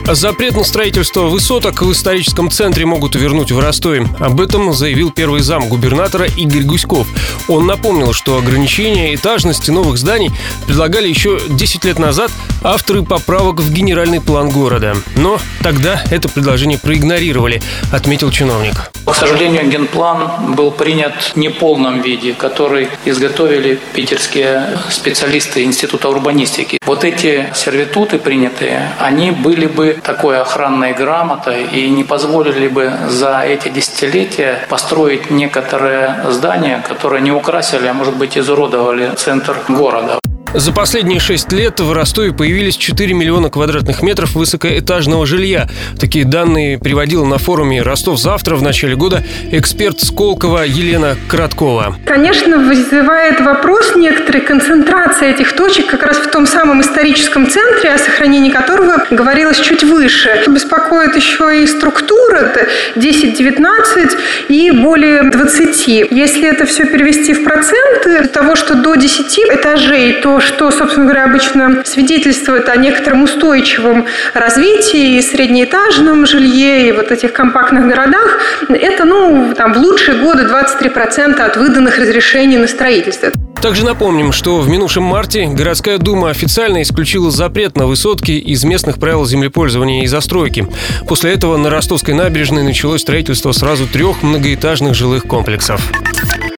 Запрет на строительство высоток в историческом центре могут вернуть в Ростове. Об этом заявил первый зам губернатора Игорь Гуськов. Он напомнил, что ограничение этажности новых зданий предлагали еще 10 лет назад авторы поправок в генеральный план города. Но тогда это предложение проигнорировали, отметил чиновник. К сожалению, генплан был принят в неполном виде, который изготовили питерские специалисты Института урбанистики. Вот эти сервитуты принятые, они были бы такой охранной грамотой и не позволили бы за эти десятилетия построить некоторые здания, которые не украсили, а может быть изуродовали центр города. За последние 6 лет в Ростове появились 4 миллиона квадратных метров высокоэтажного жилья. Такие данные приводила на форуме «Ростов завтра» в начале года эксперт Сколково Елена Краткова. Конечно, вызывает вопрос некоторой концентрации этих точек как раз в том самом историческом центре, о сохранении которого говорилось чуть выше. Беспокоит еще и структура, это 10-19 и более 20. Если это все перевести в проценты, того, что до 10 этажей, то что, собственно говоря, обычно свидетельствует о некотором устойчивом развитии и среднеэтажном жилье, и вот этих компактных городах, это, в лучшие годы 23% от выданных разрешений на строительство. Также напомним, что в минувшем марте городская дума официально исключила запрет на высотки из местных правил землепользования и застройки. После этого на Ростовской набережной началось строительство сразу 3 многоэтажных жилых комплексов.